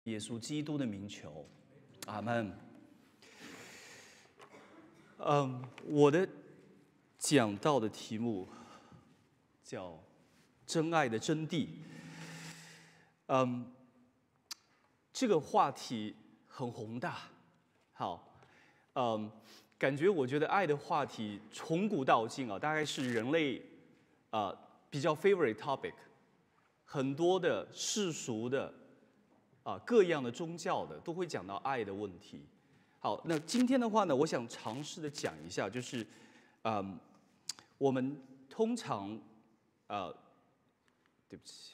耶稣基督的名求，阿门。我的讲道的题目叫“真爱的真谛”。这个话题很宏大，好，感觉我觉得爱的话题从古到今啊，大概是人类比较 favorite topic， 很多的世俗的各样的宗教的都会讲到爱的问题。好，那今天的话呢，我想尝试的讲一下，就是我们通常对不起，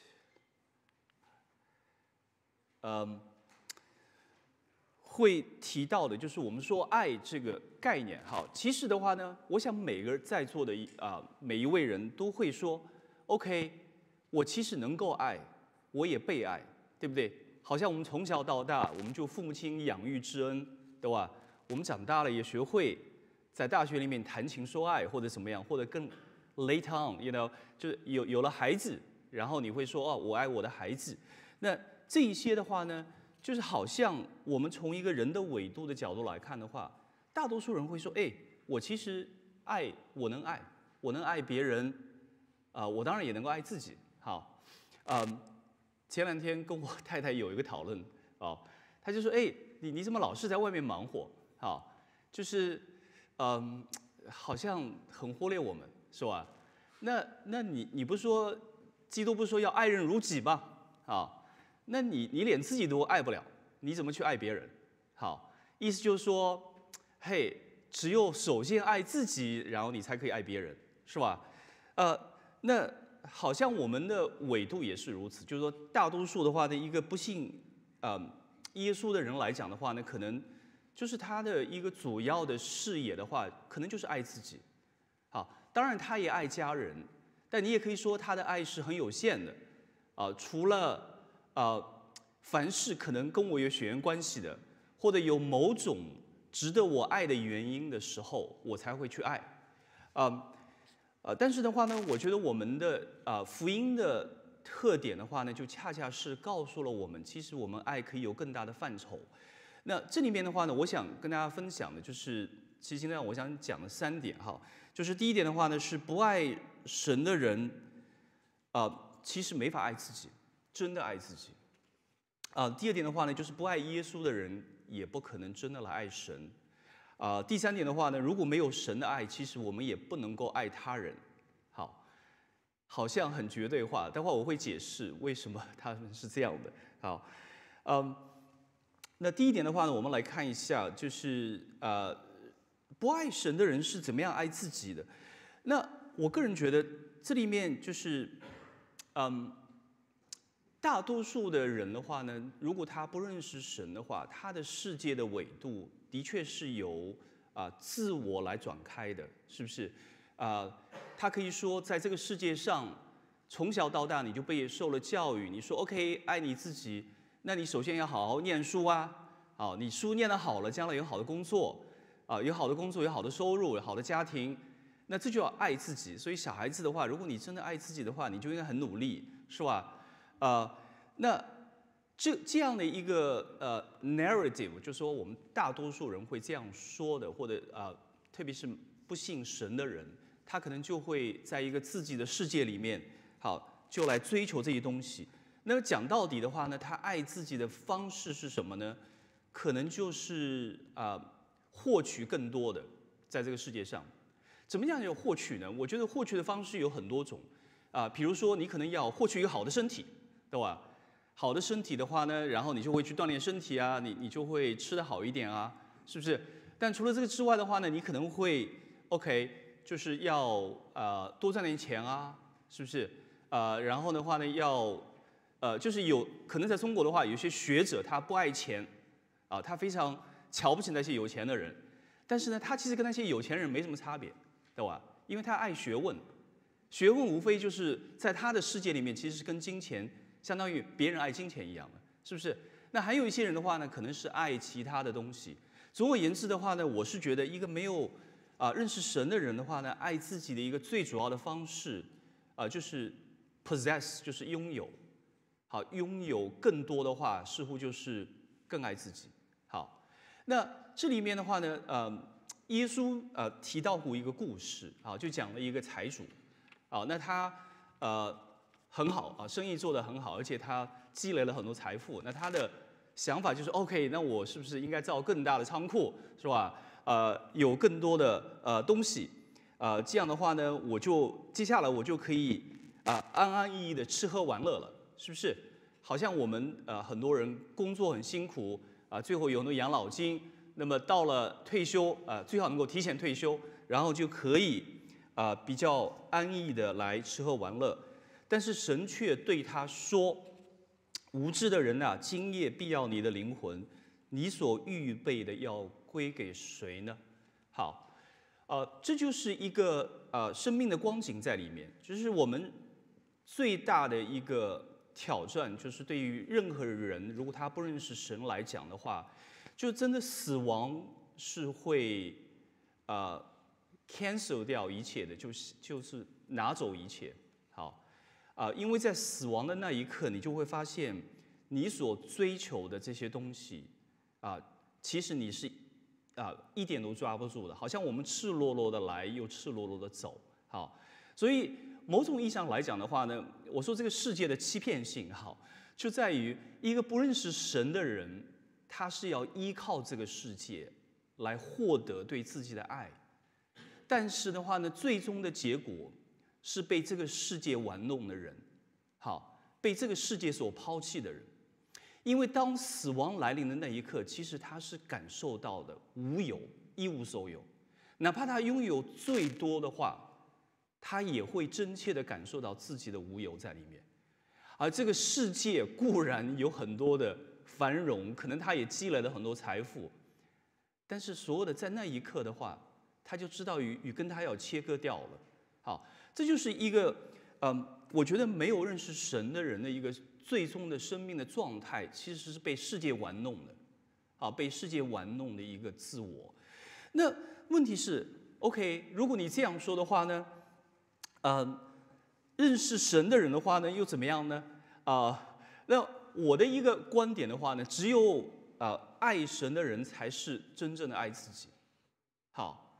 会提到的就是我们说爱这个概念。好，其实的话呢，我想每个在座的每一位人都会说 ，OK， 我其实能够爱，我也被爱，对不对？好像我们从小到大，我们就父母亲养育之恩，对吧？我们长大了也学会在大学里面谈情说爱，或者怎么样，或者更 later on，you know， 就是有了孩子，然后你会说我爱我的孩子。那这一些的话呢，就是好像我们从一个人的纬度的角度来看的话，大多数人会说，我其实爱，我能爱别人，我当然也能够爱自己。好，前两天跟我太太有一个讨论，她就说，你怎么老是在外面忙活？好，就是好像很忽略我们，是吧？那你不是说基督不是说要爱人如己吗？那你连自己都爱不了，你怎么去爱别人？好，意思就是说，只有首先爱自己，然后你才可以爱别人，是吧？那好像我们的纬度也是如此，就是说，大多数的话呢，一个不信耶稣的人来讲的话呢，可能就是他的一个主要的视野的话，可能就是爱自己。好，当然他也爱家人，但你也可以说他的爱是很有限的。除了凡是可能跟我有血缘关系的，或者有某种值得我爱的原因的时候，我才会去爱。但是的话呢，我觉得我们的福音的特点的话呢，就恰恰是告诉了我们，其实我们爱可以有更大的范畴。那这里面的话呢，我想跟大家分享的就是，其实今天我想讲的3点哈，就是第一点的话呢，是不爱神的人，其实没法爱自己，真的爱自己。第二点的话呢，就是不爱耶稣的人，也不可能真的来爱神。第3点的话呢，如果没有神的爱，其实我们也不能够爱他人。好像很绝对化，待会我会解释为什么他们是这样的。好，那第一点的话呢，我们来看一下，就是不爱神的人是怎么样爱自己的。那我个人觉得这里面就是，大多数的人的话呢，如果他不认识神的话，他的世界的纬度的确是由自我来转开的，是不是？他可以说，在这个世界上，从小到大你就被受了教育，你说 OK 爱你自己，那你首先要好好念书啊，你书念得好了，将来有好的工作，有好的工作，有好的收入，有好的家庭，那这就要爱自己。所以小孩子的话，如果你真的爱自己的话，你就应该很努力，是吧？那这样的一个narrative， 就说我们大多数人会这样说的，或者特别是不信神的人，他可能就会在一个自己的世界里面，就来追求这些东西。那么讲到底的话呢，他爱自己的方式是什么呢？可能就是获取更多的，在这个世界上，怎么样有获取呢？我觉得获取的方式有很多种比如说你可能要获取一个好的身体，对吧？好的身体的话呢，然后你就会去锻炼身体啊，你就会吃得好一点啊，是不是？但除了这个之外的话呢，你可能会 OK， 就是要多赚点钱啊，是不是？然后的话呢，要就是有可能在中国的话，有些学者他不爱钱他非常瞧不起那些有钱的人，但是呢，他其实跟那些有钱人没什么差别，对吧？因为他爱学问，学问无非就是在他的世界里面，其实是跟金钱相当于别人爱金钱一样的，是不是？那还有一些人的话呢，可能是爱其他的东西。总而言之的话呢，我是觉得一个没有认识神的人的话呢，爱自己的一个最主要的方式就是 possess， 就是拥有。 好，拥有更多的话，似乎就是更爱自己。好，那这里面的话呢，耶稣提到过一个故事，啊，就讲了一个财主，啊，那他很好啊，生意做得很好，而且他积累了很多财富。那他的想法就是 OK， 那我是不是应该造更大的仓库，是吧？有更多的东西，这样的话呢，接下来我就可以安安逸逸的吃喝玩乐了，是不是？好像我们很多人工作很辛苦最后有很多养老金，那么到了退休最好能够提前退休，然后就可以比较安逸的来吃喝玩乐。但是神却对他说：“无知的人啊，今夜必要你的灵魂，你所预备的要归给谁呢？”好，这就是一个生命的光景在里面，就是我们最大的一个挑战，就是对于任何人，如果他不认识神来讲的话，就真的死亡是会cancel 掉一切的，就是拿走一切。好，因为在死亡的那一刻，你就会发现你所追求的这些东西其实你是一点都抓不住的，好像我们赤裸裸的来，又赤裸裸的走。好，所以某种意义上来讲的话呢，我说这个世界的欺骗性，就在于一个不认识神的人，他是要依靠这个世界来获得对自己的爱，但是的话呢，最终的结果是被这个世界玩弄的人，被这个世界所抛弃的人。因为当死亡来临的那一刻，其实他是感受到的无有，一无所有。哪怕他拥有最多的话，他也会真切的感受到自己的无有在里面。而这个世界固然有很多的繁荣，可能他也积累了很多财富，但是所有的在那一刻的话，他就知道与跟他要切割掉了。好，这就是一个我觉得没有认识神的人的一个最终的生命的状态，其实是被世界玩弄的，被世界玩弄的一个自我。那问题是 ，OK， 如果你这样说的话呢，认识神的人的话呢，又怎么样呢？那我的一个观点的话呢，只有爱神的人才是真正的爱自己。好，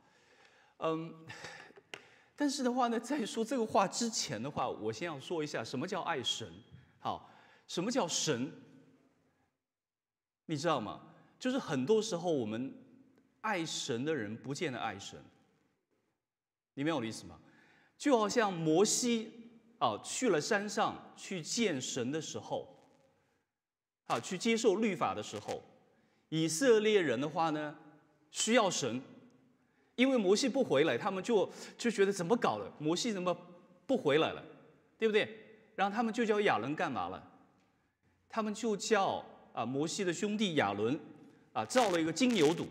但是的话呢，在说这个话之前的话，我先要说一下什么叫爱神。好，什么叫神？你知道吗？就是很多时候我们爱神的人不见得爱神，你明白我的意思吗？就好像摩西去了山上去见神的时候，去接受律法的时候，以色列人的话呢需要神。因为摩西不回来，他们就觉得怎么搞的？摩西怎么不回来了？对不对？然后他们就叫亚伦干嘛了？他们就叫摩西的兄弟亚伦造了一个金牛犊。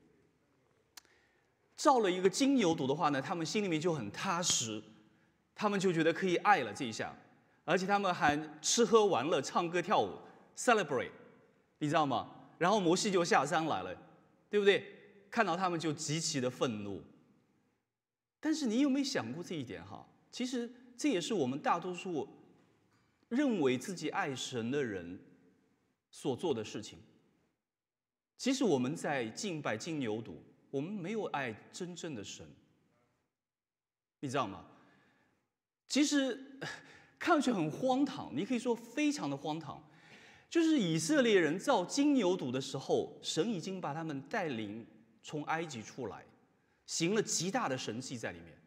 造了一个金牛犊的话呢，他们心里面就很踏实，他们就觉得可以爱了这一下，而且他们还吃喝玩乐、唱歌跳舞 ，celebrate， 你知道吗？然后摩西就下山来了，对不对？看到他们就极其的愤怒。但是你有没有想过这一点其实这也是我们大多数认为自己爱神的人所做的事情。其实我们在敬拜金牛犊，我们没有爱真正的神，你知道吗？其实看上去很荒唐，你可以说非常的荒唐。就是以色列人造金牛犊的时候，神已经把他们带领从埃及出来，行了极大的神迹在里面。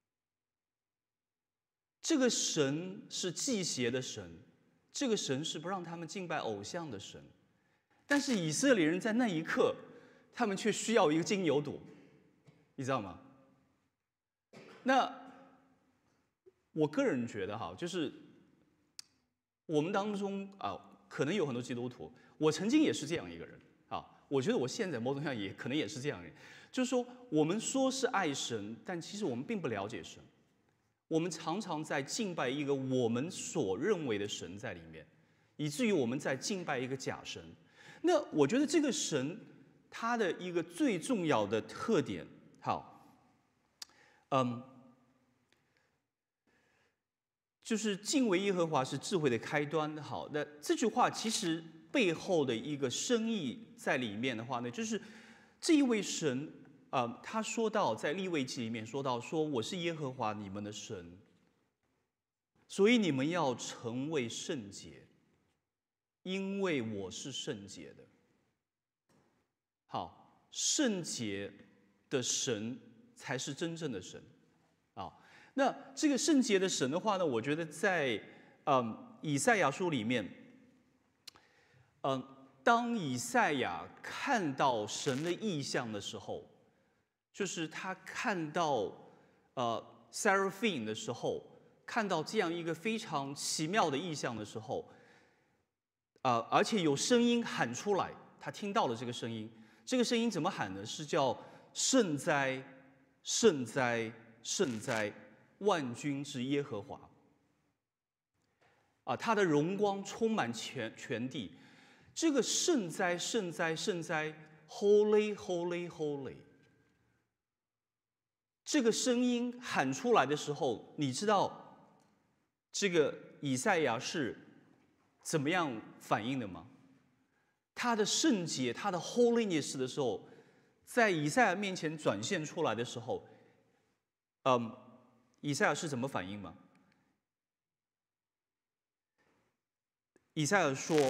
这个神是祭邪的神，这个神是不让他们敬拜偶像的神。但是以色列人在那一刻，他们却需要一个金牛犊，你知道吗？那我个人觉得就是我们当中可能有很多基督徒，我曾经也是这样一个人我觉得我现在某种上也可能也是这样的人，就是说我们说是爱神，但其实我们并不了解神，我们常常在敬拜一个我们所认为的神在里面，以至于我们在敬拜一个假神。那我觉得这个神它的一个最重要的特点， 就是敬畏耶和华是智慧的开端。好，那这句话其实背后的一个深意在里面的话呢，就是这一位神，他说到在利未记里面说到说，我是耶和华你们的神，所以你们要成为圣洁，因为我是圣洁的。好，圣洁的神才是真正的神。好，那这个圣洁的神的话呢，我觉得在以赛亚书里面，当以赛亚看到神的异象的时候，就是他看到seraphim 的时候，看到这样一个非常奇妙的异象的时候，而且有声音喊出来，他听到了这个声音。这个声音怎么喊呢？是叫圣哉，圣哉，圣哉，万军之耶和华。他的荣光充满全地。这个圣哉，圣哉，圣哉 ，Holy, Holy, Holy。这个声音喊出来的时候，你知道这个以赛亚是怎么样反应的吗？他的圣洁，他的 holiness 的时候，在以赛亚面前展现出来的时候，以赛亚是怎么反应吗？以赛亚说：“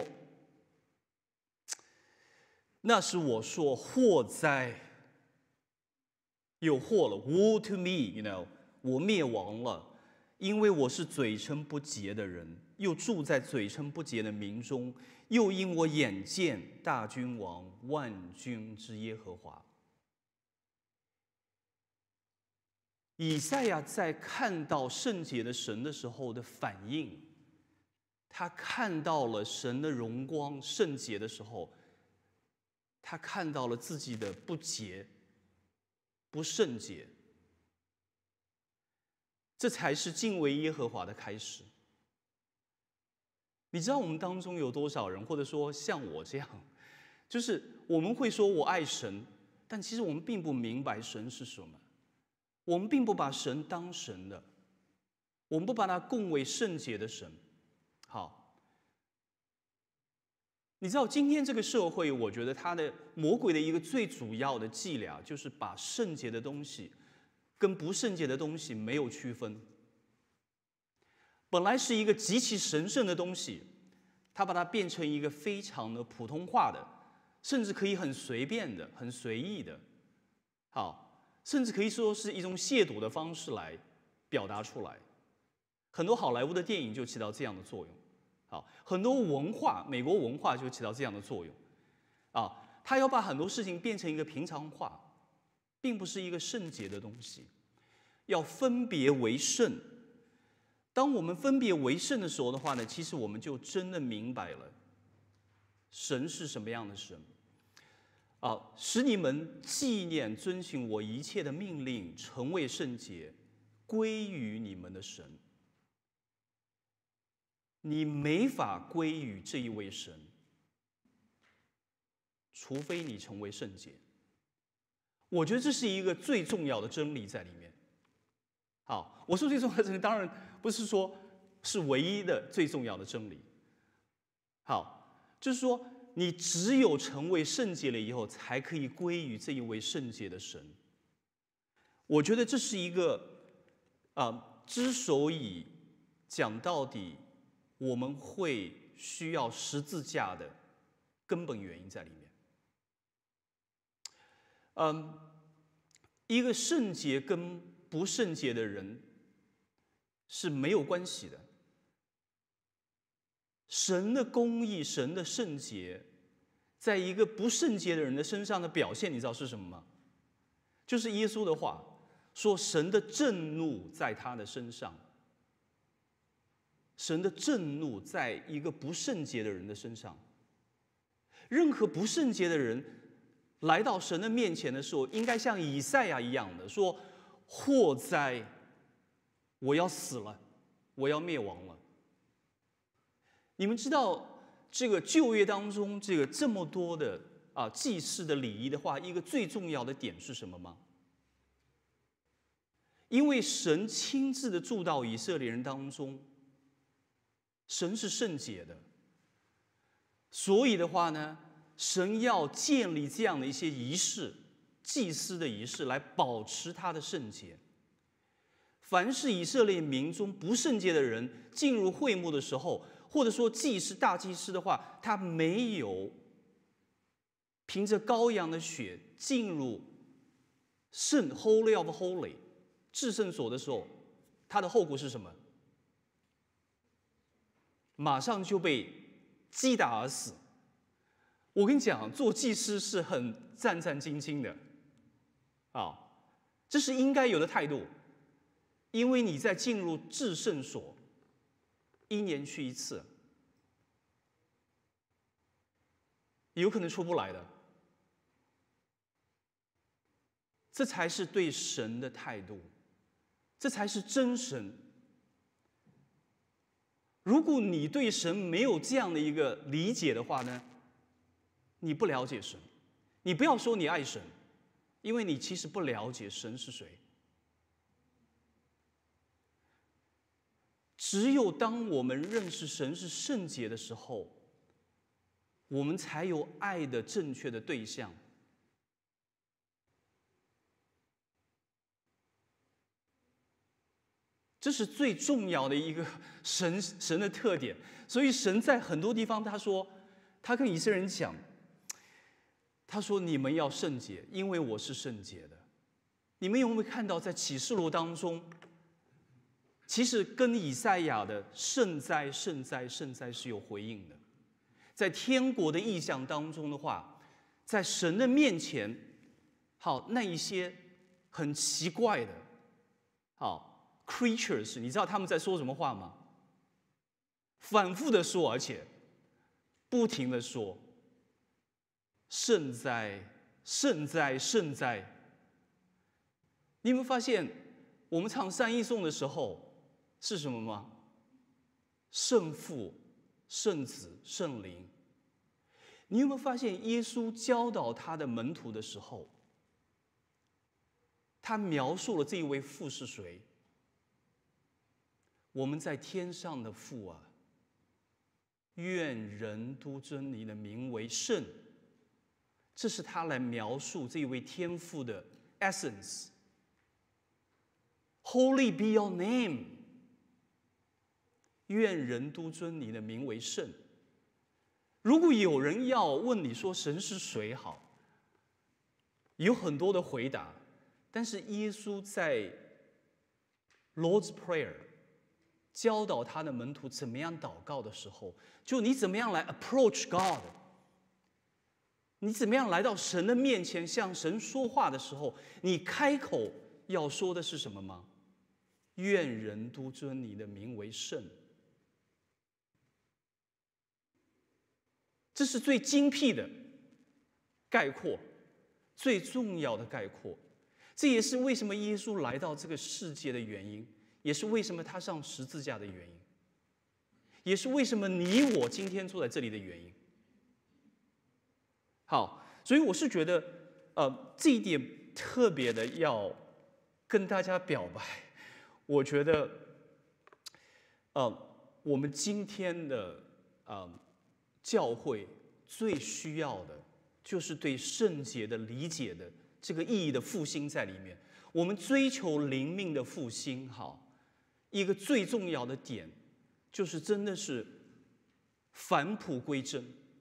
那时我说祸哉，有祸了 ，woe to me，我灭亡了，因为我是嘴唇不洁的人，又住在嘴唇不洁的民中。”又因我眼见大君王万军之耶和华。以赛亚在看到圣洁的神的时候的反应，他看到了神的荣光圣洁的时候，他看到了自己的不洁、不圣洁，这才是敬畏耶和华的开始。你知道我们当中有多少人，或者说像我这样，就是我们会说我爱神，但其实我们并不明白神是什么，我们并不把神当神的，我们不把他供为圣洁的神。好，你知道今天这个社会，我觉得他的魔鬼的一个最主要的伎俩，就是把圣洁的东西跟不圣洁的东西没有区分。本来是一个极其神圣的东西，他把它变成一个非常的普通化的，甚至可以很随便的、很随意的，好，甚至可以说是一种亵渎的方式来表达出来。很多好莱坞的电影就起到这样的作用，好，很多文化，美国文化就起到这样的作用，他要把很多事情变成一个平常化，并不是一个圣洁的东西，要分别为圣。当我们分别为圣的时候的话呢，其实我们就真的明白了神是什么样的神。使你们纪念遵行我一切的命令，成为圣洁，归于你们的神。你没法归于这一位神，除非你成为圣洁。我觉得这是一个最重要的真理在里面。好，我说最重要的真理，当然不是说是唯一的最重要的真理。好，就是说你只有成为圣洁了以后，才可以归于这一位圣洁的神。我觉得这是一个之所以讲到底我们会需要十字架的根本原因在里面。一个圣洁跟不圣洁的人是没有关系的。神的公义、神的圣洁，在一个不圣洁的人的身上的表现，你知道是什么吗？就是耶稣的话说：“神的震怒在他的身上。”神的震怒在一个不圣洁的人的身上。任何不圣洁的人来到神的面前的时候，应该像以赛亚一样的说：“祸哉！我要死了，我要灭亡了。”你们知道这个旧约当中这么多的祭祀的礼仪的话，一个最重要的点是什么吗？因为神亲自的住到以色列人当中， 神是圣洁的，所以的话呢，神要建立这样的一些仪式，祭司的仪式，来保持他的圣洁。凡是以色列民中不圣洁的人进入会幕的时候，或者说祭司大祭司的话，他没有凭着羔羊的血进入圣 Holy of Holy 至圣所的时候，他的后果是什么？马上就被击打而死。我跟你讲，做祭司是很战战兢兢的，这是应该有的态度。因为你在进入至圣所，1年去一次，有可能出不来的。这才是对神的态度，这才是真神。如果你对神没有这样的一个理解的话呢，你不了解神。你不要说你爱神，因为你其实不了解神是谁。只有当我们认识神是圣洁的时候，我们才有爱的正确的对象。这是最重要的一个神的特点。所以神在很多地方他说，他跟以色列人讲，他说你们要圣洁，因为我是圣洁的。你们有没有看到在启示录当中，其实跟以赛亚的圣哉圣哉圣哉是有回应的。在天国的意象当中的话，在神的面前，那一些很奇怪的creatures， 你知道他们在说什么话吗？反复的说，而且不停的说圣哉圣哉圣哉。你有没有发现我们唱三一颂的时候是什么吗？圣父、圣子、圣灵。你有没有发现耶稣教导他的门徒的时候，他描述了这一位父是谁？我们在天上的父啊，愿人都尊你的名为圣。这是他来描述这一位天父的 essence。Holy be your name。愿人都尊你的名为圣。如果有人要问你说神是谁好，有很多的回答，但是耶稣在 Lord's Prayer 教导他的门徒怎么样祷告的时候，就你怎么样来 approach God， 你怎么样来到神的面前向神说话的时候，你开口要说的是什么吗？愿人都尊你的名为圣。这是最精辟的概括，最重要的概括。这也是为什么耶稣来到这个世界的原因，也是为什么他上十字架的原因，也是为什么你我今天坐在这里的原因。好，所以我是觉得，这一点特别的要跟大家表白。我觉得，我们今天的教会最需要的就是对圣洁的理解的这个意义的复兴在里面。我们追求灵命的复兴，一个最重要的点就是真的是返璞归真。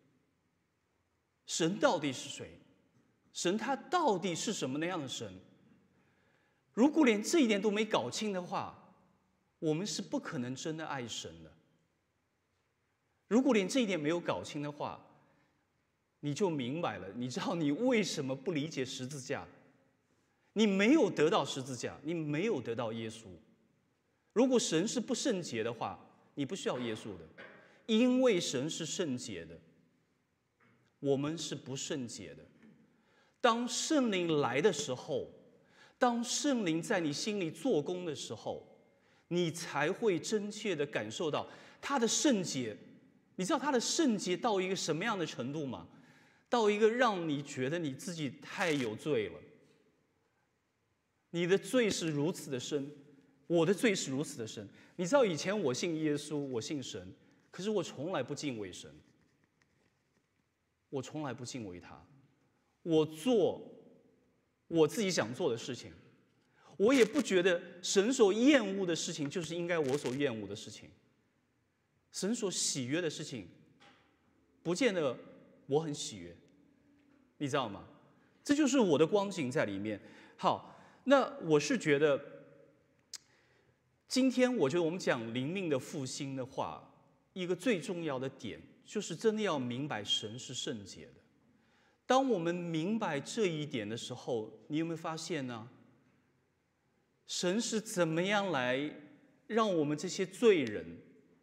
神到底是谁？神他到底是什么那样的神？如果连这一点都没搞清的话，我们是不可能真的爱神的。如果连这一点没有搞清的话，你就明白了，你知道你为什么不理解十字架？你没有得到十字架，你没有得到耶稣。如果神是不圣洁的话，你不需要耶稣的，因为神是圣洁的，我们是不圣洁的。当圣灵来的时候，当圣灵在你心里做工的时候，你才会真切地感受到他的圣洁。你知道他的圣洁到一个什么样的程度吗？到一个让你觉得你自己太有罪了。你的罪是如此的深，我的罪是如此的深。你知道以前我信耶稣，我信神， 可是我从来不敬畏神，我从来不敬畏他，我做我自己想做的事情，我也不觉得神所厌恶的事情就是应该我所厌恶的事情，神所喜悦的事情，不见得我很喜悦，你知道吗？这就是我的光景在里面。好，那我是觉得，今天我觉得我们讲灵命的复兴的话，一个最重要的点就是真的要明白神是圣洁的。当我们明白这一点的时候，你有没有发现呢？神是怎么样来让我们这些罪人，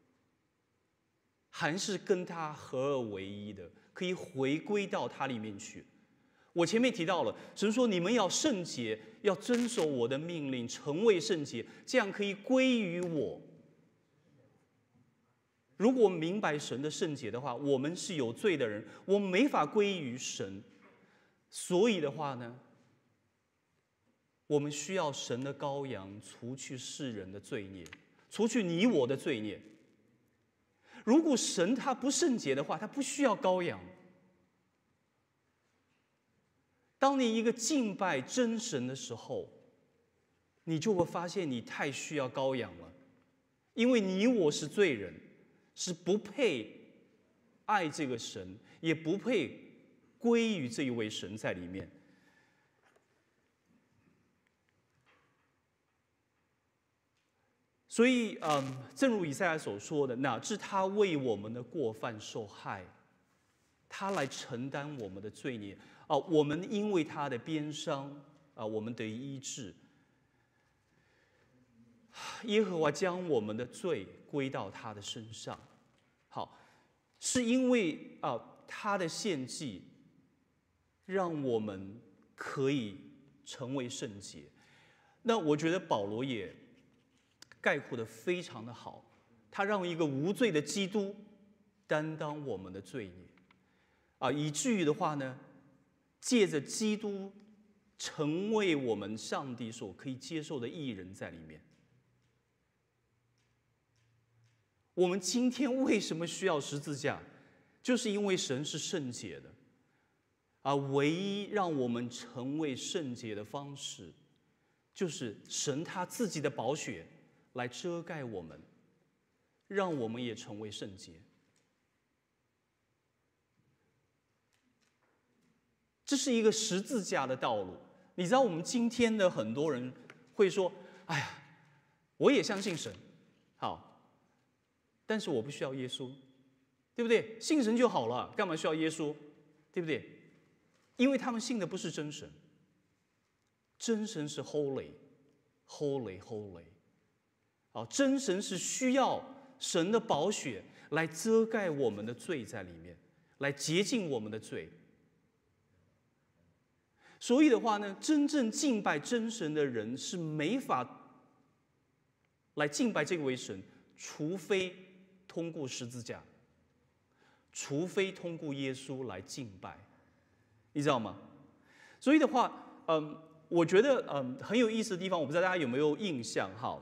还是跟他合而为一的，可以回归到他里面去？我前面提到了，神说你们要圣洁，要遵守我的命令，成为圣洁，这样可以归于我。如果我们明白神的圣洁的话，我们是有罪的人，我们没法归于神。所以的话呢，我们需要神的羔羊除去世人的罪孽，除去你我的罪孽。如果神他不圣洁的话，他不需要羔羊。当你一个敬拜真神的时候，你就会发现你太需要羔羊了，因为你我是罪人，是不配爱这个神，也不配归于这一位神在里面。所以，正如以赛亚所说的，乃至他为我们的过犯受害，他来承担我们的罪孽。我们因为他的鞭伤，我们得医治。耶和华将我们的罪归到他的身上。好，是因为他的献祭，让我们可以成为圣洁。那我觉得保罗也概括得非常的好，他让一个无罪的基督担当我们的罪孽，以至于的话呢，借着基督成为我们上帝所可以接受的义人在里面。我们今天为什么需要十字架？就是因为神是圣洁的，唯一让我们成为圣洁的方式，就是神他自己的宝血来遮盖我们，让我们也成为圣洁。这是一个十字架的道路。你知道我们今天的很多人会说，哎呀，我也相信神，好，但是我不需要耶稣，对不对？信神就好了，干嘛需要耶稣？对不对？因为他们信的不是真神，真神是 holy。真神是需要神的宝血来遮盖我们的罪在里面，来洁净我们的罪。所以的话呢，真正敬拜真神的人是没法来敬拜这位神，除非通过十字架，除非通过耶稣来敬拜，你知道吗？所以的话，我觉得很有意思的地方，我不知道大家有没有印象哈，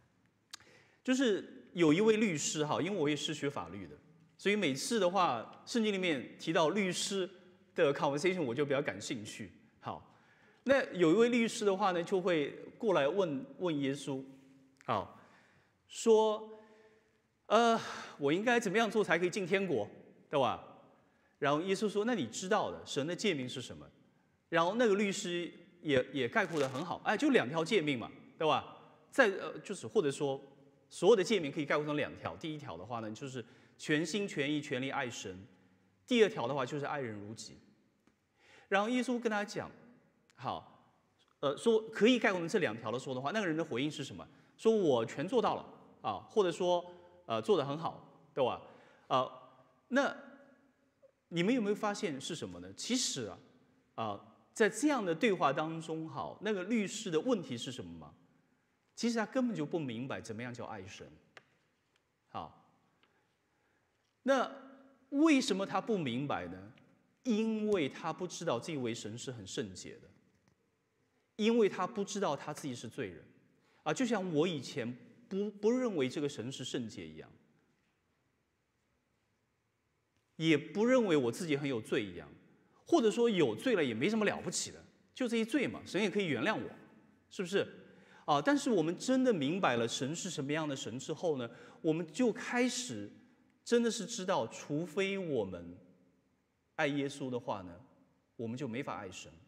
就是有一位律师哈，因为我也是学法律的，所以每次的话，圣经里面提到律师的 conversation， 我就比较感兴趣。好，那有一位律师的话呢，就会过来问耶稣，好，说，我应该怎么样做才可以进天国，对吧？然后耶稣说，那你知道的，神的诫命是什么？然后那个律师也概括得很好，就2条诫命嘛，对吧？就是或者说所有的诫命可以概括成2条。第一条的话呢，就是全心全意全力爱神；第2条的话就是爱人如己。然后耶稣跟他讲，好，说可以概括成这2条的说的话，那个人的回应是什么？说我全做到了或者说做得很好，对吧？那你们有没有发现是什么呢？其实在这样的对话当中，好，那个律师的问题是什么吗？其实他根本就不明白怎么样叫爱神。好，那为什么他不明白呢？因为他不知道这位神是很圣洁的，因为他不知道他自己是罪人就像我以前不认为这个神是圣洁一样。 也不认为我自己很有罪一样，或者说有罪了也没什么了不起的，就这一罪嘛，神也可以原谅我，是不是？但是我们真的明白了神是什么样的神之后呢，我们就开始真的是知道，除非我们爱耶稣的话呢，我们就没法爱神。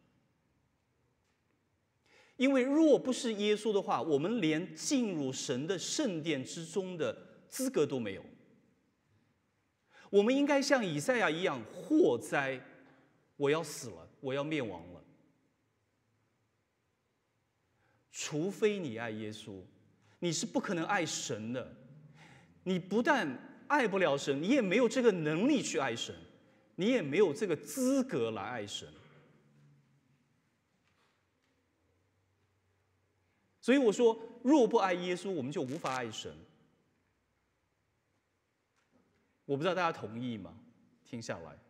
因为若不是耶稣的话，我们连进入神的圣殿之中的资格都没有。我们应该像以赛亚一样，祸哉，我要死了，我要灭亡了。除非你爱耶稣，你是不可能爱神的。你不但爱不了神，你也没有这个能力去爱神，你也没有这个资格来爱神。所以我说，若不爱耶稣，我们就无法爱神。我不知道大家同意吗？听下来，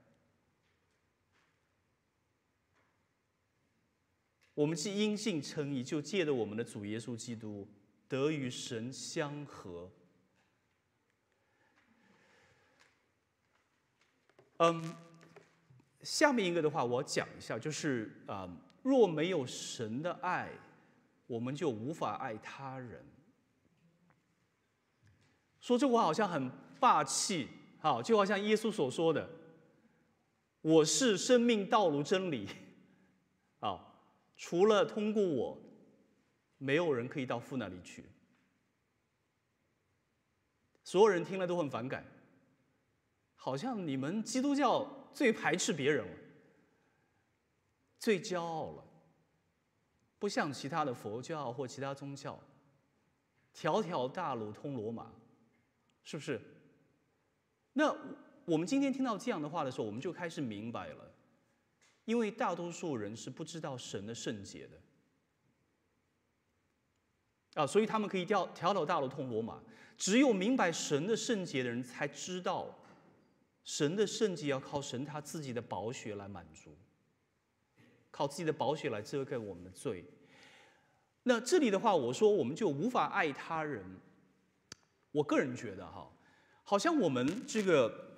我们既因信称义，就借着我们的主耶稣基督得与神相合。下面一个的话，我讲一下，就是若没有神的爱，我们就无法爱他人。说这话好像很霸气，好，就好像耶稣所说的：“我是生命、道路、真理。”好，除了通过我，没有人可以到父那里去。所有人听了都很反感，好像你们基督教最排斥别人了，最骄傲了，不像其他的佛教或其他宗教，条条大路通罗马，是不是？那我们今天听到这样的话的时候，我们就开始明白了，因为大多数人是不知道神的圣洁的，所以他们可以条条大路通罗马。只有明白神的圣洁的人，才知道神的圣洁要靠神他自己的宝血来满足，靠自己的宝血来遮盖我们的罪。那这里的话，我说我们就无法爱他人。我个人觉得好像我们这个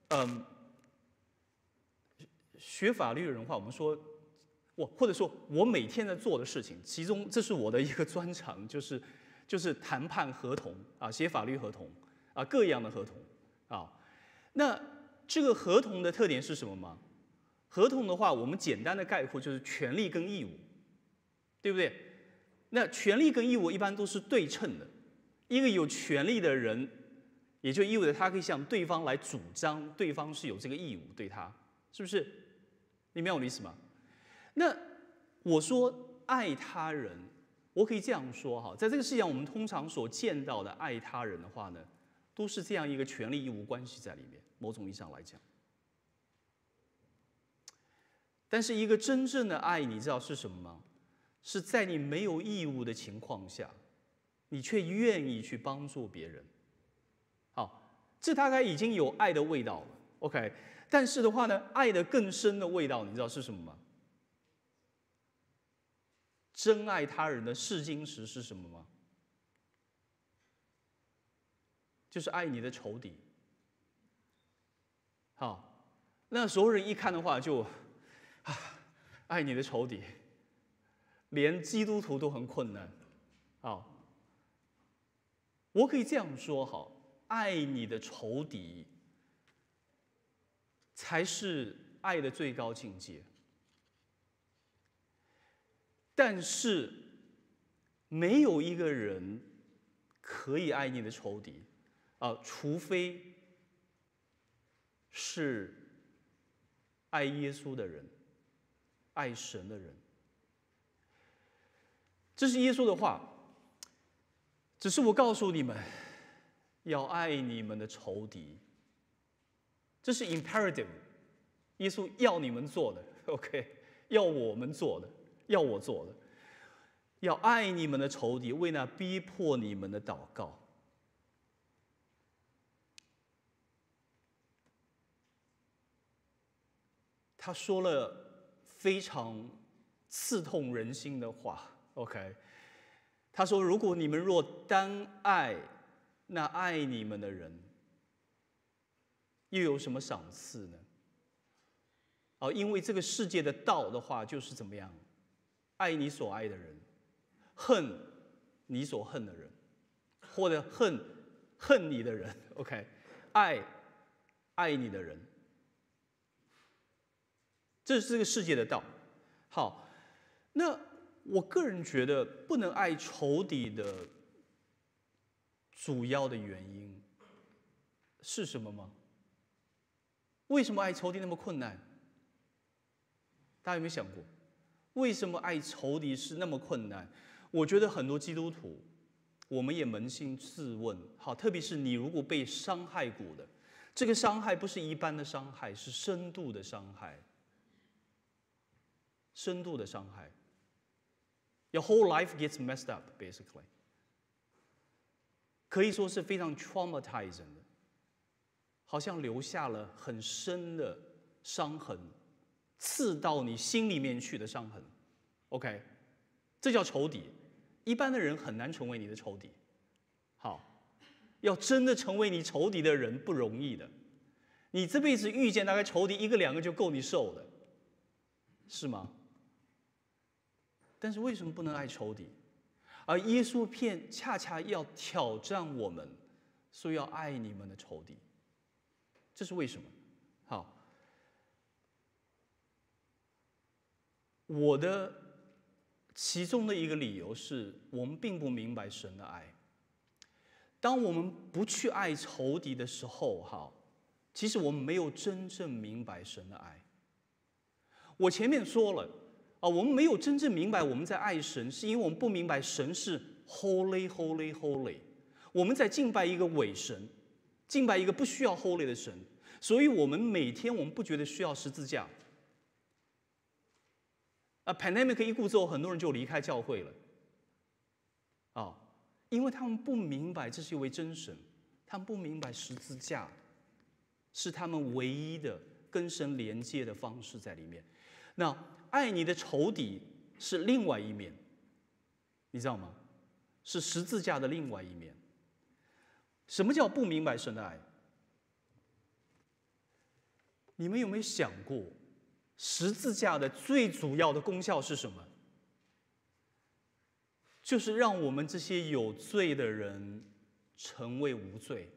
学法律的人话，我们说或者说我每天在做的事情，其中这是我的一个专长，就是谈判合同写法律合同各样的合同那这个合同的特点是什么吗？合同的话，我们简单的概括就是权利跟义务，对不对？那权利跟义务一般都是对称的，一个有权利的人，也就意味着他可以向对方来主张对方是有这个义务对他，是不是？你明白我的意思吗？那我说爱他人，我可以这样说在这个世界上，我们通常所见到的爱他人的话呢，都是这样一个权利义务关系在里面，某种意义上来讲。但是一个真正的爱，你知道是什么吗？是在你没有义务的情况下，你却愿意去帮助别人。好，这大概已经有爱的味道了。OK， 但是的话呢，爱的更深的味道，你知道是什么吗？真爱他人的试金石是什么吗？就是爱你的仇敌。好，那所有人一看的话就，爱你的仇敌，连基督徒都很困难。好，我可以这样说爱你的仇敌，才是爱的最高境界。但是，没有一个人可以爱你的仇敌除非是爱耶稣的人，爱神的人。这是耶稣的话，只是我告诉你们，要爱你们的仇敌。这是 imperative， 耶稣要你们做的 ，OK， 要我们做的。要我做的，要爱你们的仇敌，为那逼迫你们的祷告。他说了非常刺痛人心的话 ，OK， 他说：“如果你们若单爱那爱你们的人， 又有什么赏赐呢？因为这个世界的道的话，就是怎么样？爱你所爱的人，恨你所恨的人，或者恨你的人。OK， 爱你的人，这是这个世界的道。好，那我个人觉得不能爱仇敌的主要的原因是什么吗？为什么爱仇敌那么困难？大家有没有想过，为什么爱仇敌是那么困难？我觉得很多基督徒，我们也扪心自问，好，特别是你如果被伤害过的，这个伤害不是一般的伤害，是深度的伤害，深度的伤害。Your whole life gets messed up, basically， 可以说是非常 traumatizing 的，好像留下了很深的伤痕。刺到你心里面去的伤痕 ，OK， 这叫仇敌。一般的人很难成为你的仇敌。好，要真的成为你仇敌的人不容易的。你这辈子遇见大概仇敌1个2个就够你受的，是吗？但是为什么不能爱仇敌？而耶稣片恰恰要挑战我们，说要爱你们的仇敌。这是为什么？好。我的其中的一个理由是我们并不明白神的爱。当我们不去爱仇敌的时候，其实我们没有真正明白神的爱。我前面说了我们没有真正明白我们在爱神，是因为我们不明白神是 holy holy holy， 我们在敬拜一个伪神，敬拜一个不需要 holy 的神，所以我们每天我们不觉得需要十字架。pandemic 一过之后，很多人就离开教会了，因为他们不明白这是一位真神，他们不明白十字架是他们唯一的跟神连接的方式在里面。那爱你的仇敌是另外一面，你知道吗？是十字架的另外一面。什么叫不明白神的爱？你们有没有想过？十字架的最主要的功效是什么？就是让我们这些有罪的人成为无罪。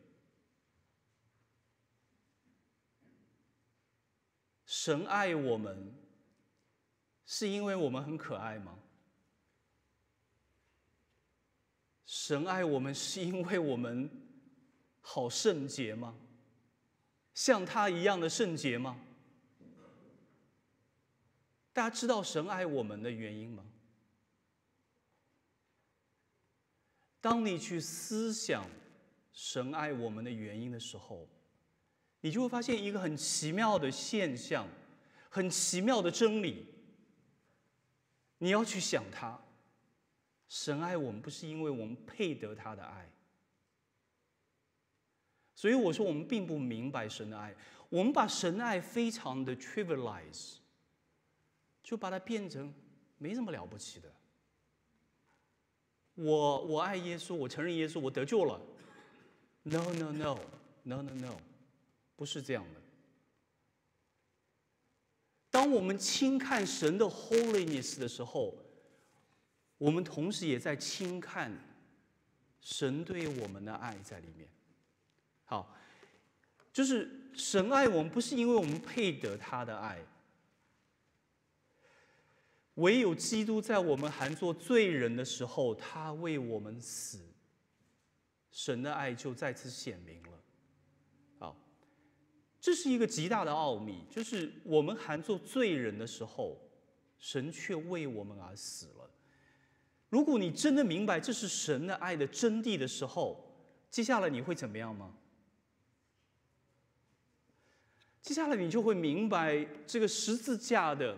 神爱我们，是因为我们很可爱吗？神爱我们是因为我们好圣洁吗？像他一样的圣洁吗？大家知道神爱我们的原因吗？当你去思想神爱我们的原因的时候，你就会发现一个很奇妙的现象，很奇妙的真理。你要去想它，神爱我们不是因为我们配得他的爱。所以我说我们并不明白神的爱，我们把神的爱非常的 trivialize， 就把它变成没什么了不起的。我爱耶稣，我承认耶稣，我得救了。No no no no no no， 不是这样的。当我们轻看神的 holiness 的时候，我们同时也在轻看神对我们的爱在里面。好，就是神爱我们不是因为我们配得他的爱，唯有基督在我们还做罪人的时候，他为我们死，神的爱就再次显明了。好，这是一个极大的奥秘，就是我们还做罪人的时候，神却为我们而死了。如果你真的明白这是神的爱的真谛的时候，接下来你会怎么样吗？接下来你就会明白这个十字架的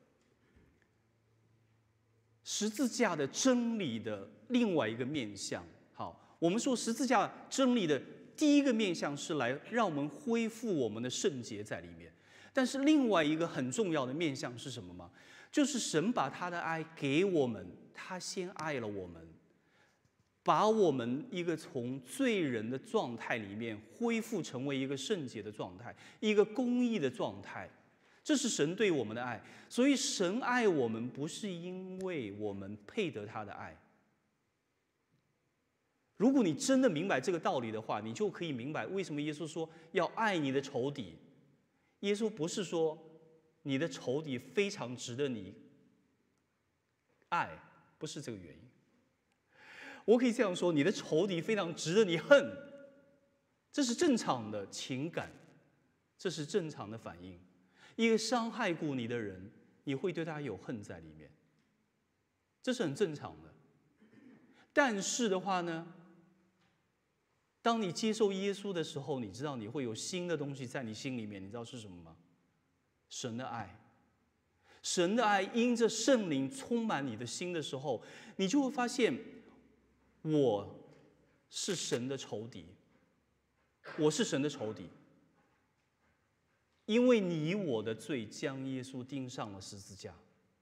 真理的另外一个面向。好，我们说十字架真理的第一个面向是来让我们恢复我们的圣洁在里面，但是另外一个很重要的面向是什么吗？就是神把他的爱给我们，他先爱了我们， 把我们一个从罪人的状态里面恢复成为一个圣洁的状态，一个公义的状态。这是神对我们的爱。所以神爱我们不是因为我们配得他的爱。如果你真的明白这个道理的话，你就可以明白为什么耶稣说要爱你的仇敌。耶稣不是说你的仇敌非常值得你爱，不是这个原因。我可以这样说，你的仇敌非常值得你恨，这是正常的情感，这是正常的反应。一个伤害过你的人，你会对他有恨在里面，这是很正常的。但是的话呢，当你接受耶稣的时候，你知道你会有新的东西在你心里面，你知道是什么吗？神的爱。神的爱因着圣灵充满你的心的时候，你就会发现我是神的仇敌，我是神的仇敌，因为你我的罪将耶稣钉上了十字架。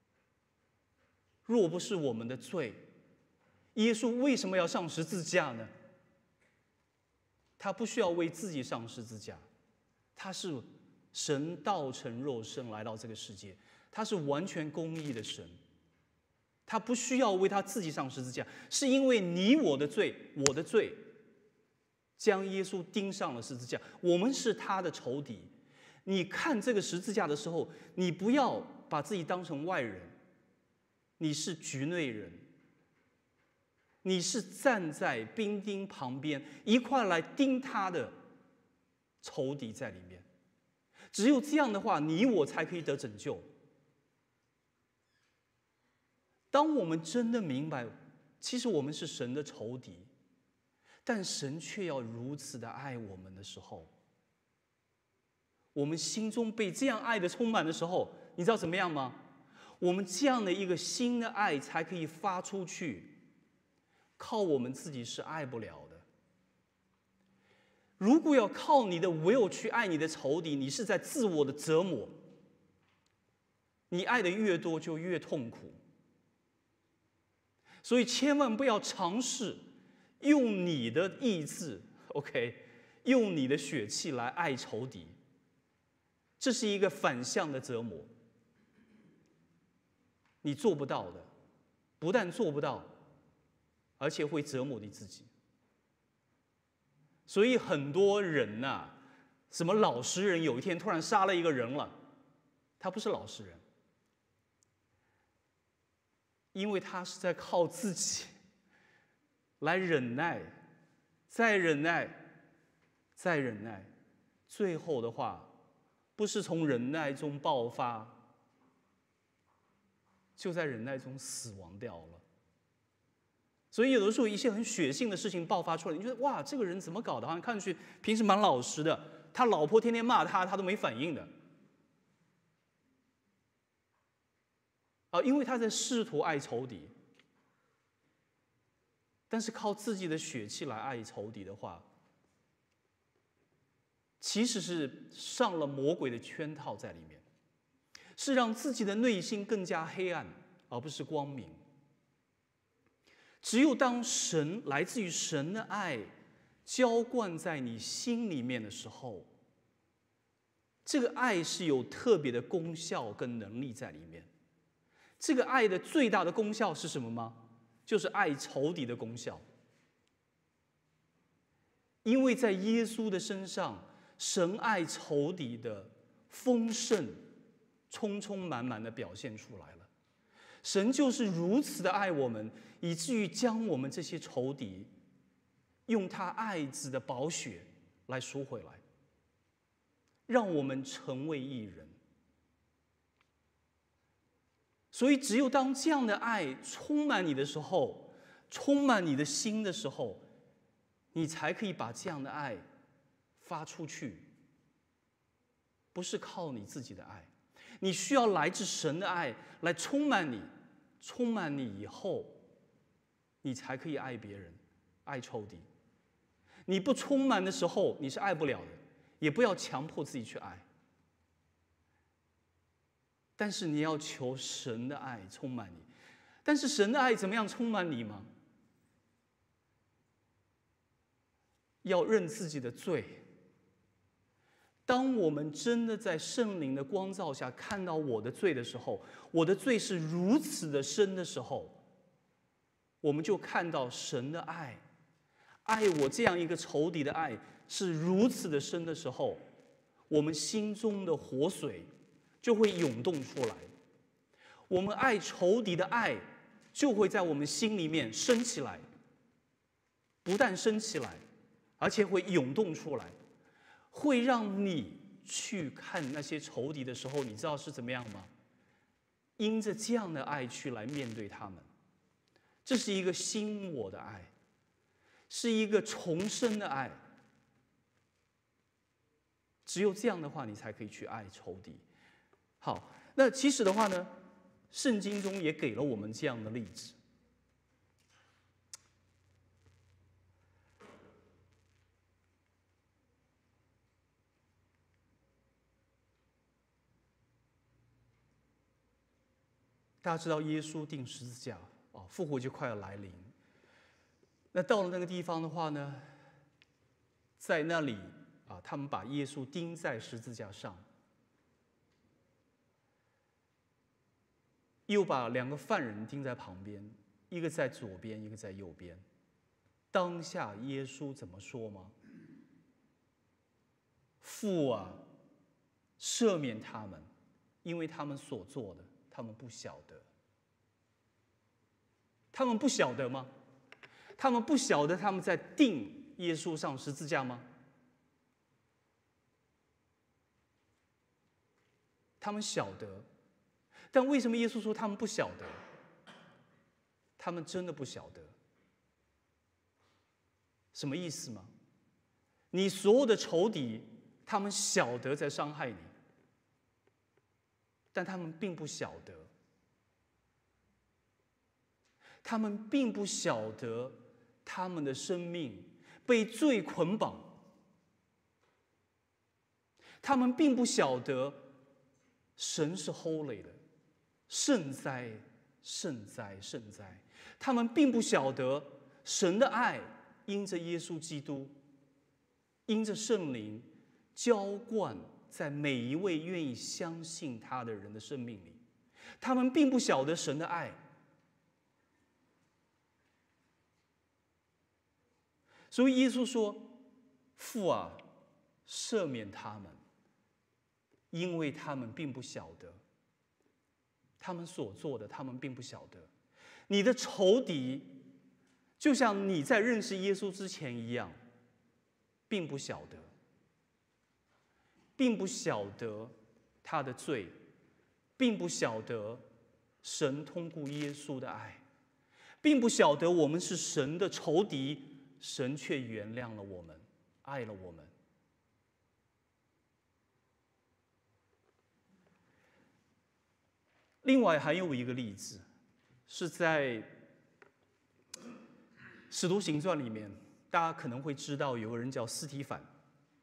若不是我们的罪，耶稣为什么要上十字架呢？他不需要为自己上十字架，他是神道成肉身来到这个世界，他是完全公义的神，他不需要为他自己上十字架，是因为你我的罪，我的罪，将耶稣钉上了十字架。我们是他的仇敌。你看这个十字架的时候，你不要把自己当成外人，你是局内人，你是站在兵丁旁边一块来钉他的仇敌在里面。只有这样的话，你我才可以得拯救。当我们真的明白，其实我们是神的仇敌，但神却要如此的爱我们的时候，我们心中被这样爱的充满的时候，你知道怎么样吗？我们这样的一个新的爱才可以发出去，靠我们自己是爱不了的。如果要靠你的will去爱你的仇敌，你是在自我的折磨。你爱的越多，就越痛苦。所以千万不要尝试用你的意志 ，OK， 用你的血气来爱仇敌，这是一个反向的折磨。你做不到的，不但做不到，而且会折磨你自己。所以很多人呐，什么老实人有一天突然杀了一个人了，他不是老实人，因为他是在靠自己来忍耐，再忍耐，再忍耐，最后的话，不是从忍耐中爆发，就在忍耐中死亡掉了。所以有的时候一些很血腥的事情爆发出来，你觉得哇，这个人怎么搞的？好像看上去平时蛮老实的，他老婆天天骂他，他都没反应的。因为他在试图爱仇敌，但是靠自己的血气来爱仇敌的话，其实是上了魔鬼的圈套在里面，是让自己的内心更加黑暗，而不是光明。只有当神来自于神的爱浇灌在你心里面的时候，这个爱是有特别的功效跟能力在里面。这个爱的最大的功效是什么吗？就是爱仇敌的功效。因为在耶稣的身上，神爱仇敌的丰盛充充满满的表现出来了。神就是如此的爱我们，以至于将我们这些仇敌用他爱子的宝血来赎回来，让我们成为义人。所以只有当这样的爱充满你的时候，充满你的心的时候，你才可以把这样的爱发出去。不是靠你自己的爱，你需要来自神的爱来充满你，充满你以后，你才可以爱别人，爱仇敌。你不充满的时候，你是爱不了的，也不要强迫自己去爱。但是你要求神的爱充满你。但是神的爱怎么样充满你吗？ 要认自己的罪。当我们真的在圣灵的光照下看到我的罪的时候，我的罪是如此的深的时候，我们就看到神的爱，爱我这样一个仇敌的爱是如此的深的时候，我们心中的活水就会涌动出来。我们爱仇敌的爱就会在我们心里面升起来，不但升起来，而且会涌动出来，会让你去看那些仇敌的时候，你知道是怎么样吗？因着这样的爱去来面对他们，这是一个新我的爱，是一个重生的爱。只有这样的话，你才可以去爱仇敌。好，那其实的话呢，圣经中也给了我们这样的例子。大家知道耶稣钉十字架，复活就快要来临。那到了那个地方的话呢，在那里他们把耶稣钉在十字架上，又把两个犯人钉在旁边，一个在左边，一个在右边。当下耶稣怎么说吗？父啊，赦免他们，因为他们所做的，他们不晓得。他们不晓得吗？他们不晓得他们在钉耶稣上十字架吗？他们晓得，但为什么耶稣说他们不晓得？他们真的不晓得。什么意思吗？你所有的仇敌，他们晓得在伤害你，但他们并不晓得，他们并不晓得他们的生命被罪捆绑，他们并不晓得神是 holy 的，圣哉，圣哉，圣哉。他们并不晓得神的爱因着耶稣基督，因着圣灵浇灌在每一位愿意相信他的人的生命里。他们并不晓得神的爱，所以耶稣说：“父啊，赦免他们，因为他们并不晓得他们所做的，他们并不晓得。”你的仇敌就像你在认识耶稣之前一样，并不晓得，并不晓得他的罪，并不晓得神通过耶稣的爱，并不晓得我们是神的仇敌，神却原谅了我们，爱了我们。另外还有一个例子，是在《使徒行传》里面，大家可能会知道有个人叫司提反。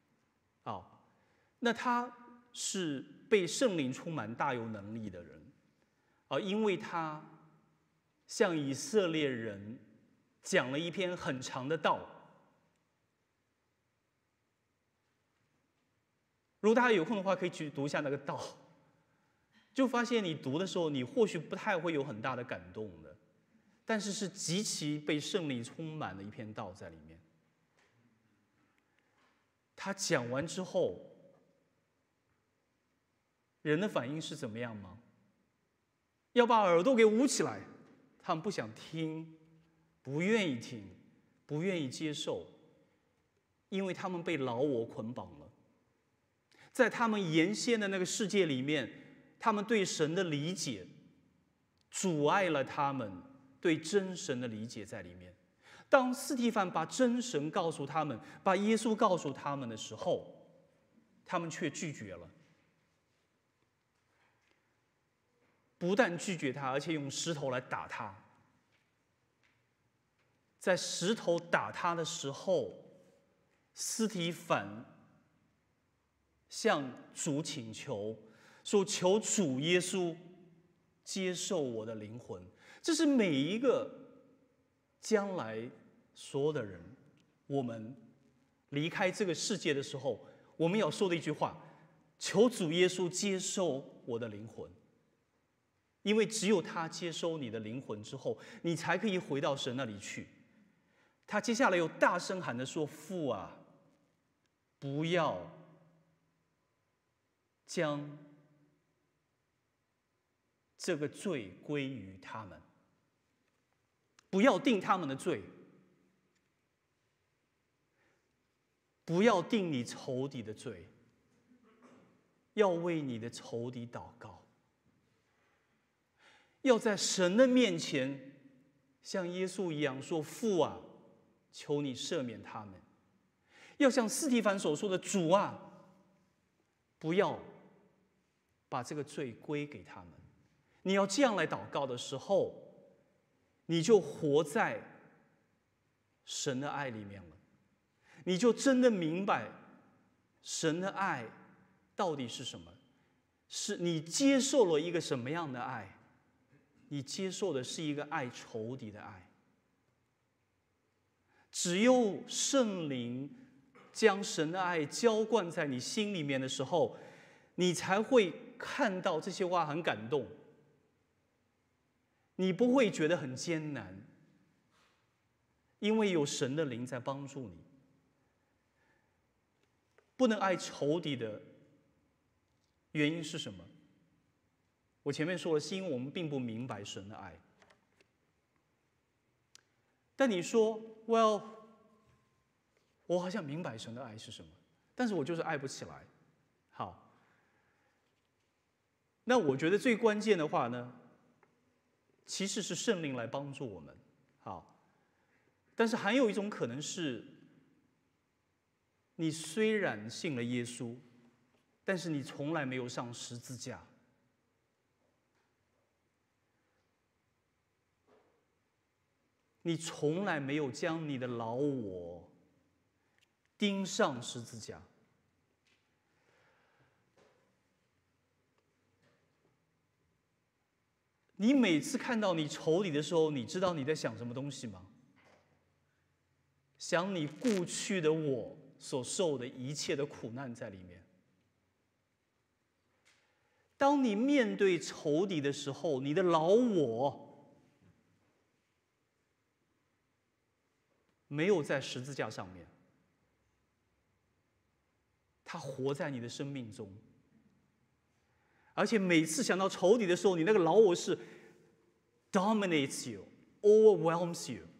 那他是被圣灵充满、大有能力的人，因为他向以色列人讲了一篇很长的道。如果大家有空的话，可以去读一下那个道。就发现你读的时候，你或许不太会有很大的感动的，但是是极其被圣灵充满的一篇道在里面。他讲完之后，人的反应是怎么样吗？要把耳朵给捂起来，他们不想听，不愿意听，不愿意接受，因为他们被老我捆绑了。在他们原先的那个世界里面，他们对神的理解阻碍了他们对真神的理解在里面。当司提反把真神告诉他们，把耶稣告诉他们的时候，他们却拒绝了。不但拒绝他，而且用石头来打他。在石头打他的时候，司提反向主请求，说：“求主耶稣接受我的灵魂。”这是每一个将来所有的人，我们离开这个世界的时候，我们要说的一句话：求主耶稣接受我的灵魂。因为只有他接收你的灵魂之后，你才可以回到神那里去。他接下来又大声喊着说：父啊，不要将这个罪归于他们，不要定他们的罪，不要定你仇敌的罪，要为你的仇敌祷告，要在神的面前像耶稣一样说：父啊，求你赦免他们。要像司提反所说的：主啊，不要把这个罪归给他们。你要这样来祷告的时候，你就活在神的爱里面了，你就真的明白神的爱到底是什么，是你接受了一个什么样的爱？你接受的是一个爱仇敌的爱。只有圣灵将神的爱浇灌在你心里面的时候，你才会看到这些话很感动，你不会觉得很艰难，因为有神的灵在帮助你。不能爱仇敌的原因是什么？我前面说了，是因为我们并不明白神的爱。但你说 ，Well， 我好像明白神的爱是什么，但是我就是爱不起来。好，那我觉得最关键的话呢，其实是圣灵来帮助我们。好，但是还有一种可能是，你虽然信了耶稣，但是你从来没有上十字架。你从来没有将你的老我钉上十字架。你每次看到你仇敌的时候，你知道你在想什么东西吗？想你过去的我所受的一切的苦难在里面。当你面对仇敌的时候，你的老我没有在十字架上面，他活在你的生命中。而且每次想到仇敌的时候，你那个老我是 dominates you, overwhelms you。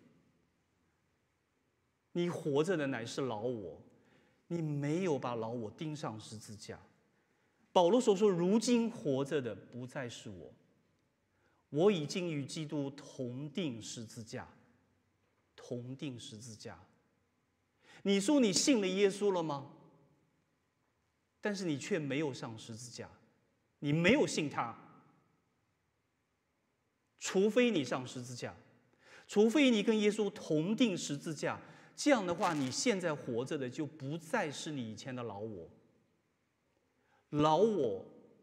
你活着的乃是老我，你没有把老我钉上十字架。保罗所说：“如今活着的不再是我，我已经与基督同定十字架。”同定十字架。你说你信了耶稣了吗？但是你却没有上十字架，你没有信他。除非你上十字架，除非你跟耶稣同定十字架，这样的话，你现在活着的就不再是你以前的老我。老我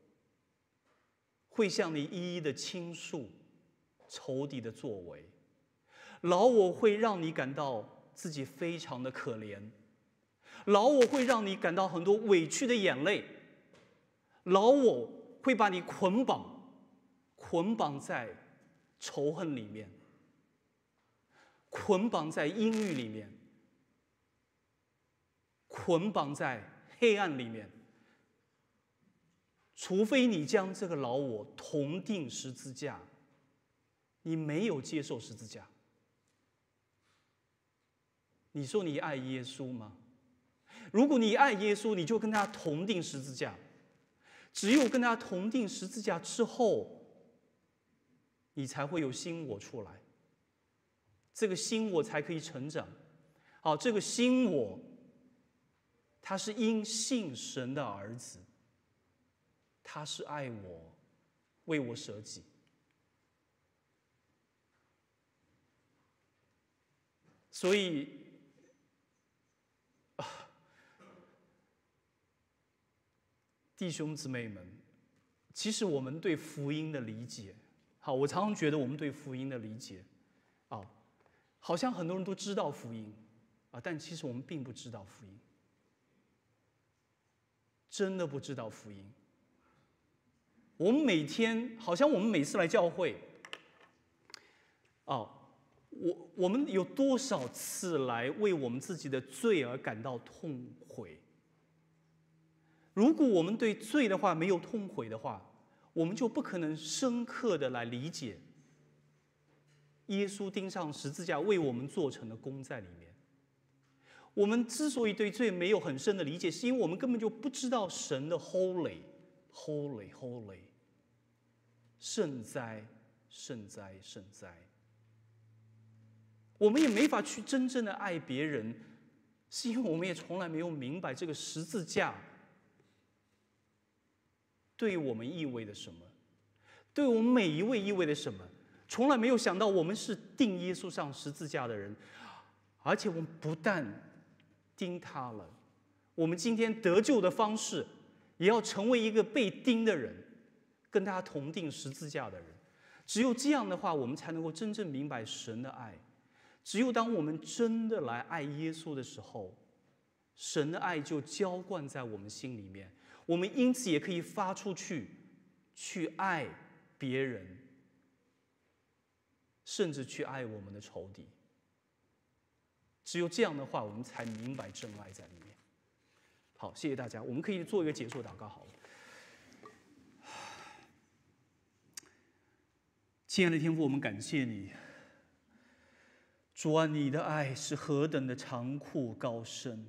会向你一一的倾诉仇敌的作为。老我会让你感到自己非常的可怜，老我会让你感到很多委屈的眼泪，老我会把你捆绑在仇恨里面，捆绑在阴郁里面，捆绑在黑暗里面。除非你将这个老我同定十字架，你没有接受十字架。你说你爱耶稣吗？如果你爱耶稣，你就跟他同定十字架。只有跟他同定十字架之后，你才会有新我出来。这个新我才可以成长。好，这个新我，他是因信神的儿子，他是爱我，为我舍己。所以弟兄姊妹们，其实我们对福音的理解，好，我常常觉得我们对福音的理解，好像很多人都知道福音， 但其实我们并不知道福音，真的不知道福音。我们每天好像我们每次来教会，我们有多少次来为我们自己的罪而感到痛悔？如果我们对罪的话没有痛悔的话，我们就不可能深刻的来理解耶稣钉上十字架为我们做成的功在里面。我们之所以对罪没有很深的理解，是因为我们根本就不知道神的 holy， 圣哉，圣哉，圣哉。我们也没法去真正的爱别人，是因为我们也从来没有明白这个十字架对我们意味着什么，对我们每一位意味着什么。从来没有想到我们是钉耶稣上十字架的人，而且我们不但钉他了，我们今天得救的方式也要成为一个被钉的人，跟他同钉十字架的人。只有这样的话，我们才能够真正明白神的爱。只有当我们真的来爱耶稣的时候，神的爱就浇灌在我们心里面，我们因此也可以发出去爱别人，甚至去爱我们的仇敌。只有这样的话，我们才明白真爱在里面。好，谢谢大家，我们可以做一个结束祷告好了。亲爱的天父，我们感谢你，主啊，你的爱是何等的长阔高深。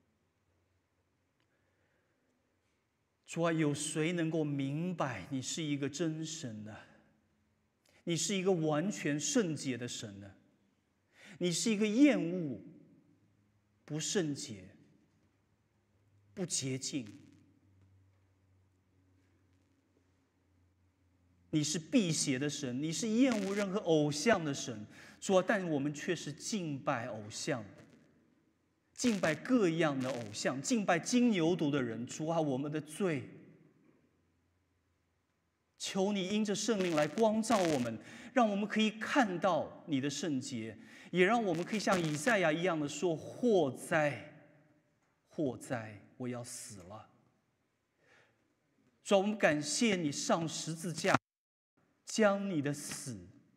主啊，有谁能够明白你是一个真神呢？你是一个完全圣洁的神呢？你是一个厌恶不圣洁、不洁净，你是辟邪的神，你是厌恶任何偶像的神。主啊，但我们却是敬拜偶像，敬拜各样的偶像，敬拜金牛犊的人。主啊，我们的罪，求你因着圣灵来光照我们，让我们可以看到你的圣洁，也让我们可以像以赛亚一样的说：祸哉，祸哉，我要死了。主啊，我们感谢你上十字架，将你的死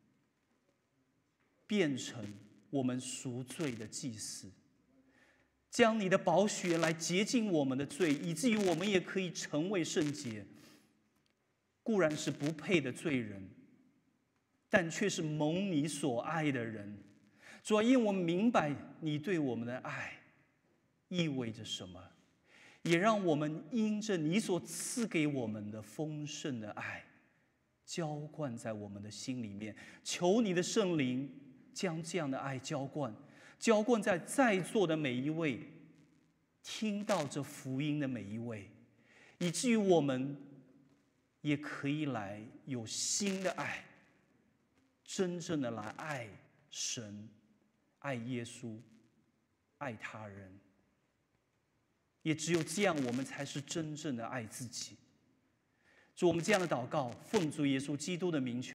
变成我们赎罪的祭司，将你的宝血来洁净我们的罪，以至于我们也可以成为圣洁。固然是不配的罪人，但却是蒙你所爱的人。主啊，因为我们明白你对我们的爱意味着什么，也让我们因着你所赐给我们的丰盛的爱，浇灌在我们的心里面。求你的圣灵将这样的爱浇灌在座的每一位，听到这福音的每一位，以至于我们也可以来有新的爱，真正的来爱神、爱耶稣、爱他人。也只有这样，我们才是真正的爱自己。主，我们这样的祷告，奉主耶稣基督的名求。